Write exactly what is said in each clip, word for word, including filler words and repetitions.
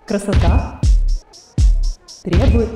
Красота требует...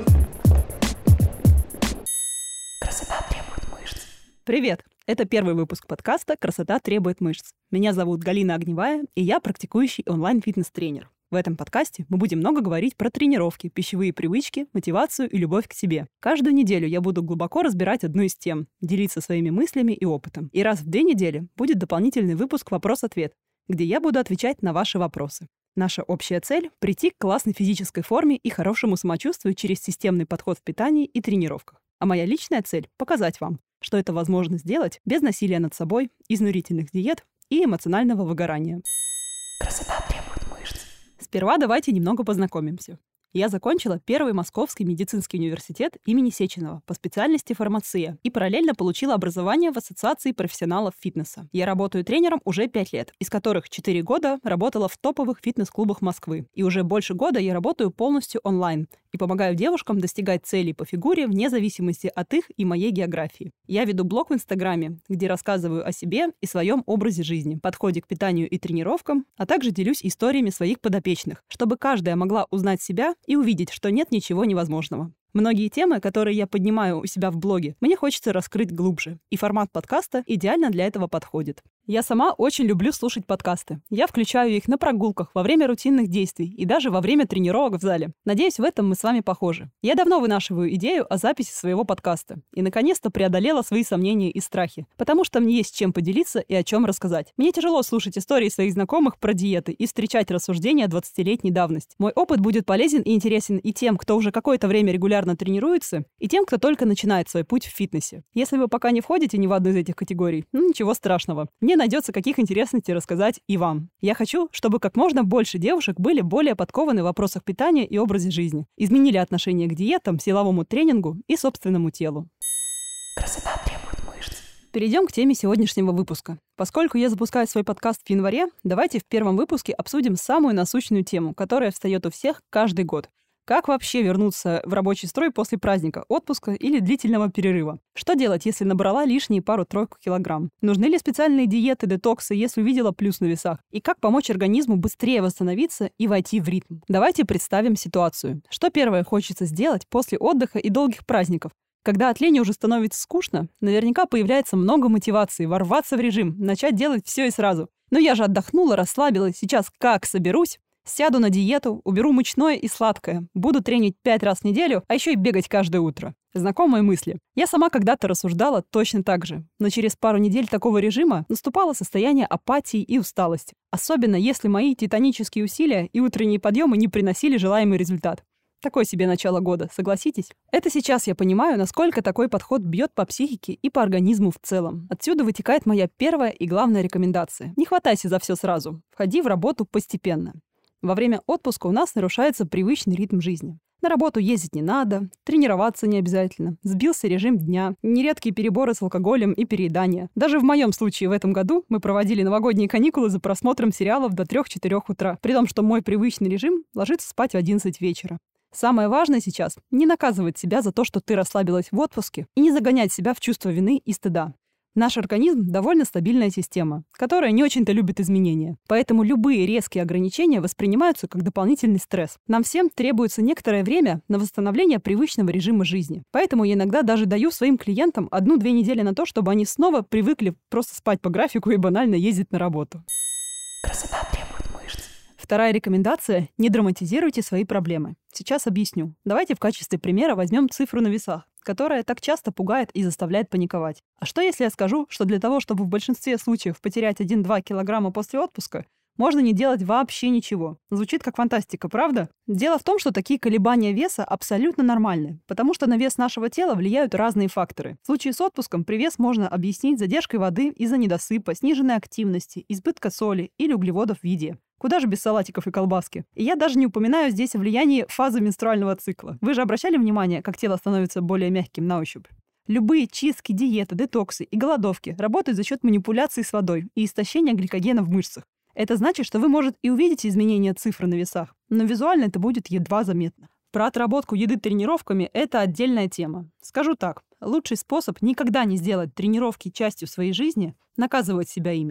Красота требует мышц. Привет! Это первый выпуск подкаста «Красота требует мышц». Меня зовут Галина Огневая, и я практикующий онлайн-фитнес-тренер. В этом подкасте мы будем много говорить про тренировки, пищевые привычки, мотивацию и любовь к себе. Каждую неделю я буду глубоко разбирать одну из тем, делиться своими мыслями и опытом. И раз в две недели будет дополнительный выпуск «Вопрос-ответ», где я буду отвечать на ваши вопросы. Наша общая цель – прийти к классной физической форме и хорошему самочувствию через системный подход в питании и тренировках. А моя личная цель – показать вам, что это возможно сделать без насилия над собой, изнурительных диет и эмоционального выгорания. Красота требует мышц. Сперва давайте немного познакомимся. Я закончила Первый Московский медицинский университет имени Сеченова по специальности фармация и параллельно получила образование в Ассоциации профессионалов фитнеса. Я работаю тренером уже пять лет, из которых четыре года работала в топовых фитнес-клубах Москвы. И уже больше года я работаю полностью онлайн и помогаю девушкам достигать целей по фигуре вне зависимости от их и моей географии. Я веду блог в Инстаграме, где рассказываю о себе и своем образе жизни, подходе к питанию и тренировкам, а также делюсь историями своих подопечных, чтобы каждая могла узнать себя и увидеть, что нет ничего невозможного. Многие темы, которые я поднимаю у себя в блоге, мне хочется раскрыть глубже, и формат подкаста идеально для этого подходит. Я сама очень люблю слушать подкасты. Я включаю их на прогулках, во время рутинных действий и даже во время тренировок в зале. Надеюсь, в этом мы с вами похожи. Я давно вынашиваю идею о записи своего подкаста и, наконец-то, преодолела свои сомнения и страхи, потому что мне есть чем поделиться и о чем рассказать. Мне тяжело слушать истории своих знакомых про диеты и встречать рассуждения двадцатилетней давности. Мой опыт будет полезен и интересен и тем, кто уже какое-то время регулярно тренируется, и тем, кто только начинает свой путь в фитнесе. Если вы пока не входите ни в одну из этих категорий, ну ничего страшного. Мне найдется каких интересностей рассказать и вам. Я хочу, чтобы как можно больше девушек были более подкованы в вопросах питания и образе жизни, изменили отношение к диетам, силовому тренингу и собственному телу. Красота требует мышц. Перейдем к теме сегодняшнего выпуска. Поскольку я запускаю свой подкаст в январе, давайте в первом выпуске обсудим самую насущную тему, которая встает у всех каждый год. Как вообще вернуться в рабочий строй после праздника, отпуска или длительного перерыва? Что делать, если набрала лишние пару-тройку килограмм? Нужны ли специальные диеты, детоксы, если увидела плюс на весах? И как помочь организму быстрее восстановиться и войти в ритм? Давайте представим ситуацию. Что первое хочется сделать после отдыха и долгих праздников? Когда от лени уже становится скучно, наверняка появляется много мотивации ворваться в режим, начать делать все и сразу. Но я же отдохнула, расслабилась, сейчас как соберусь? Сяду на диету, уберу мучное и сладкое, буду тренить пять раз в неделю, а еще и бегать каждое утро. Знакомые мысли. Я сама когда-то рассуждала точно так же, но через пару недель такого режима наступало состояние апатии и усталости. Особенно если мои титанические усилия и утренние подъемы не приносили желаемый результат. Такое себе начало года, согласитесь? Это сейчас я понимаю, насколько такой подход бьет по психике и по организму в целом. Отсюда вытекает моя первая и главная рекомендация. Не хватайся за все сразу. Входи в работу постепенно. Во время отпуска у нас нарушается привычный ритм жизни. На работу ездить не надо, тренироваться не обязательно, сбился режим дня, нередкие переборы с алкоголем и переедание. Даже в моем случае в этом году мы проводили новогодние каникулы за просмотром сериалов до трех-четырех утра, при том, что мой привычный режим – ложиться спать в одиннадцать вечера. Самое важное сейчас – не наказывать себя за то, что ты расслабилась в отпуске, и не загонять себя в чувство вины и стыда. Наш организм – довольно стабильная система, которая не очень-то любит изменения. Поэтому любые резкие ограничения воспринимаются как дополнительный стресс. Нам всем требуется некоторое время на восстановление привычного режима жизни. Поэтому я иногда даже даю своим клиентам одну-две недели на то, чтобы они снова привыкли просто спать по графику и банально ездить на работу. Красота требует мышц. Вторая рекомендация – не драматизируйте свои проблемы. Сейчас объясню. Давайте в качестве примера возьмем цифру на весах, которая так часто пугает и заставляет паниковать. А что если я скажу, что для того, чтобы в большинстве случаев потерять один-два килограмма после отпуска, можно не делать вообще ничего? Звучит как фантастика, правда? Дело в том, что такие колебания веса абсолютно нормальны, потому что на вес нашего тела влияют разные факторы. В случае с отпуском привес можно объяснить задержкой воды из-за недосыпа, сниженной активности, избытка соли или углеводов в еде. Куда же без салатиков и колбаски? И я даже не упоминаю здесь о влиянии фазы менструального цикла. Вы же обращали внимание, как тело становится более мягким на ощупь? Любые чистки, диеты, детоксы и голодовки работают за счет манипуляции с водой и истощения гликогена в мышцах. Это значит, что вы, может, и увидите изменения цифры на весах, но визуально это будет едва заметно. Про отработку еды тренировками – это отдельная тема. Скажу так, лучший способ никогда не сделать тренировки частью своей жизни – наказывать себя ими.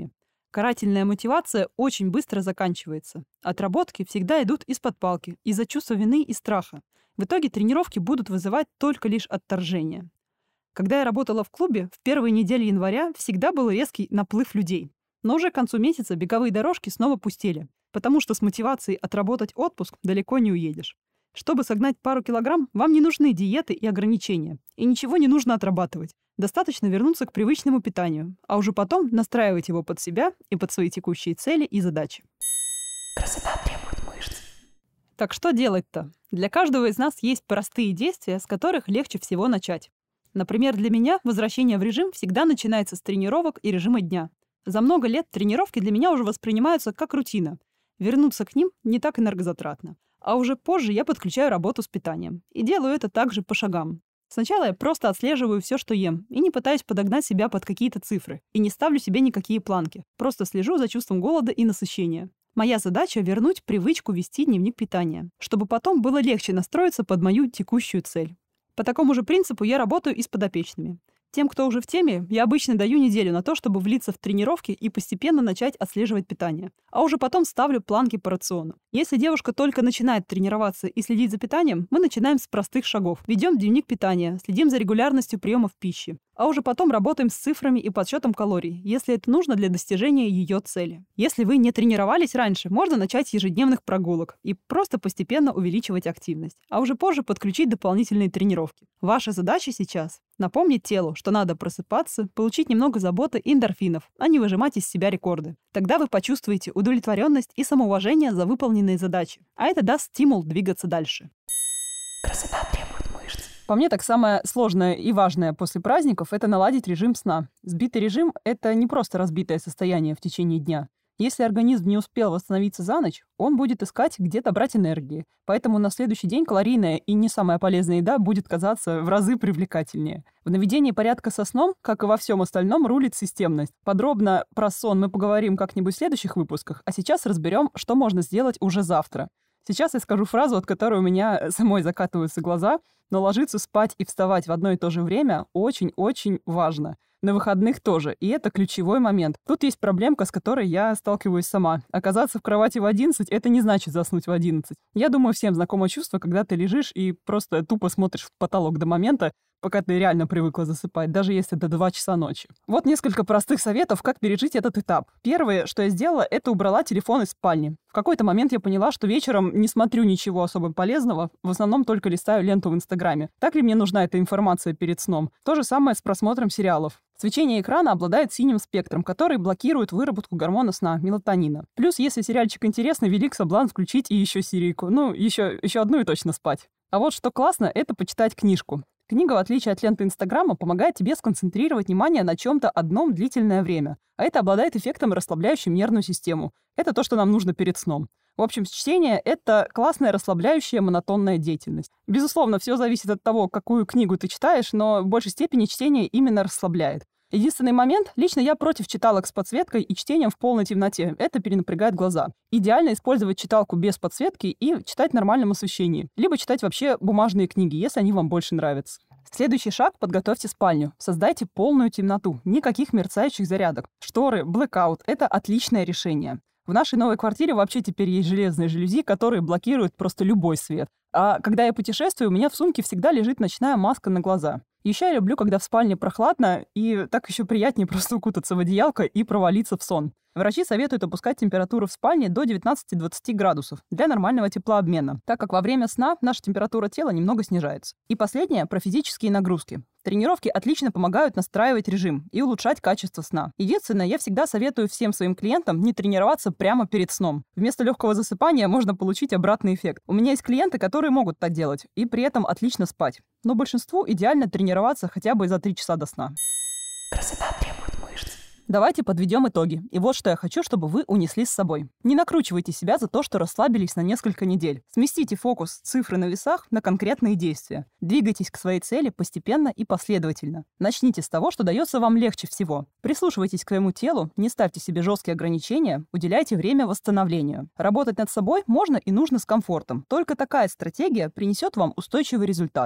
Карательная мотивация очень быстро заканчивается. Отработки всегда идут из-под палки, из-за чувства вины и страха. В итоге тренировки будут вызывать только лишь отторжение. Когда я работала в клубе, в первые недели января всегда был резкий наплыв людей. Но уже к концу месяца беговые дорожки снова пустели, потому что с мотивацией отработать отпуск далеко не уедешь. Чтобы согнать пару килограмм, вам не нужны диеты и ограничения. И ничего не нужно отрабатывать. Достаточно вернуться к привычному питанию, а уже потом настраивать его под себя и под свои текущие цели и задачи. Красота требует мышц. Так что делать-то? Для каждого из нас есть простые действия, с которых легче всего начать. Например, для меня возвращение в режим всегда начинается с тренировок и режима дня. За много лет тренировки для меня уже воспринимаются как рутина. Вернуться к ним не так энергозатратно. А уже позже я подключаю работу с питанием. И делаю это также по шагам. Сначала я просто отслеживаю все, что ем, и не пытаюсь подогнать себя под какие-то цифры. И не ставлю себе никакие планки. Просто слежу за чувством голода и насыщения. Моя задача — вернуть привычку вести дневник питания, чтобы потом было легче настроиться под мою текущую цель. По такому же принципу я работаю и с подопечными. Тем, кто уже в теме, я обычно даю неделю на то, чтобы влиться в тренировки и постепенно начать отслеживать питание. А уже потом ставлю планки по рациону. Если девушка только начинает тренироваться и следить за питанием, мы начинаем с простых шагов. Ведем дневник питания, следим за регулярностью приемов пищи. А уже потом работаем с цифрами и подсчетом калорий, если это нужно для достижения ее цели. Если вы не тренировались раньше, можно начать с ежедневных прогулок и просто постепенно увеличивать активность, а уже позже подключить дополнительные тренировки. Ваша задача сейчас — напомнить телу, что надо просыпаться, получить немного заботы и эндорфинов, а не выжимать из себя рекорды. Тогда вы почувствуете удовлетворенность и самоуважение за выполненные задачи, а это даст стимул двигаться дальше. Красота требует мышц. По мне, так самое сложное и важное после праздников — это наладить режим сна. Сбитый режим — это не просто разбитое состояние в течение дня. Если организм не успел восстановиться за ночь, он будет искать где-то брать энергии. Поэтому на следующий день калорийная и не самая полезная еда будет казаться в разы привлекательнее. В наведении порядка со сном, как и во всем остальном, рулит системность. Подробно про сон мы поговорим как-нибудь в следующих выпусках, а сейчас разберем, что можно сделать уже завтра. Сейчас я скажу фразу, от которой у меня самой закатываются глаза, но ложиться спать и вставать в одно и то же время очень-очень важно. На выходных тоже, и это ключевой момент. Тут есть проблемка, с которой я сталкиваюсь сама. Оказаться в кровати в одиннадцать — это не значит заснуть в одиннадцать. Я думаю, всем знакомо чувство, когда ты лежишь и просто тупо смотришь в потолок до момента, пока ты реально привыкла засыпать, даже если это два часа ночи. Вот несколько простых советов, как пережить этот этап. Первое, что я сделала, это убрала телефон из спальни. В какой-то момент я поняла, что вечером не смотрю ничего особо полезного, в основном только листаю ленту в Инстаграме. Так ли мне нужна эта информация перед сном? То же самое с просмотром сериалов. Свечение экрана обладает синим спектром, который блокирует выработку гормона сна, мелатонина. Плюс, если сериальчик интересный, велик соблазн включить и еще серийку. Ну, еще, еще одну и точно спать. А вот что классно, это почитать книжку. Книга, в отличие от ленты Инстаграма, помогает тебе сконцентрировать внимание на чем-то одном длительное время. А это обладает эффектом, расслабляющим нервную систему. Это то, что нам нужно перед сном. В общем, чтение — это классная, расслабляющая, монотонная деятельность. Безусловно, все зависит от того, какую книгу ты читаешь, но в большей степени чтение именно расслабляет. Единственный момент — лично я против читалок с подсветкой и чтением в полной темноте. Это перенапрягает глаза. Идеально использовать читалку без подсветки и читать в нормальном освещении. Либо читать вообще бумажные книги, если они вам больше нравятся. Следующий шаг — подготовьте спальню. Создайте полную темноту. Никаких мерцающих зарядок. Шторы, блэкаут — это отличное решение. В нашей новой квартире вообще теперь есть железные жалюзи, которые блокируют просто любой свет. А когда я путешествую, у меня в сумке всегда лежит ночная маска на глаза. Еще я люблю, когда в спальне прохладно, и так еще приятнее просто укутаться в одеялко и провалиться в сон. Врачи советуют опускать температуру в спальне до девятнадцати-двадцати градусов для нормального теплообмена, так как во время сна наша температура тела немного снижается. И последнее — про физические нагрузки. Тренировки отлично помогают настраивать режим и улучшать качество сна. Единственное, я всегда советую всем своим клиентам не тренироваться прямо перед сном. Вместо легкого засыпания можно получить обратный эффект. У меня есть клиенты, которые могут так делать и при этом отлично спать. Но большинству идеально тренироваться хотя бы за три часа до сна. Красота требует мышц. Давайте подведем итоги. И вот что я хочу, чтобы вы унесли с собой. Не накручивайте себя за то, что расслабились на несколько недель. Сместите фокус с цифры на весах на конкретные действия. Двигайтесь к своей цели постепенно и последовательно. Начните с того, что дается вам легче всего. Прислушивайтесь к своему телу, не ставьте себе жесткие ограничения, уделяйте время восстановлению. Работать над собой можно и нужно с комфортом. Только такая стратегия принесет вам устойчивый результат.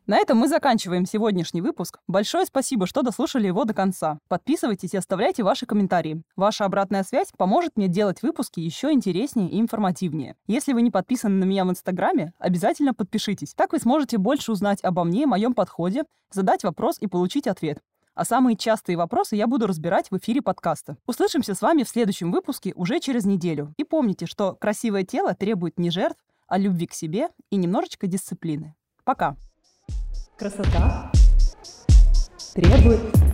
На этом мы заканчиваем сегодняшний выпуск. Большое спасибо, что дослушали его до конца. Подписывайтесь и оставляйте ваши комментарии. Ваша обратная связь поможет мне делать выпуски еще интереснее и информативнее. Если вы не подписаны на меня в Инстаграме, обязательно подпишитесь. Так вы сможете больше узнать обо мне, моем подходе, задать вопрос и получить ответ. А самые частые вопросы я буду разбирать в эфире подкаста. Услышимся с вами в следующем выпуске уже через неделю. И помните, что красивое тело требует не жертв, а любви к себе и немножечко дисциплины. Пока! Красота требует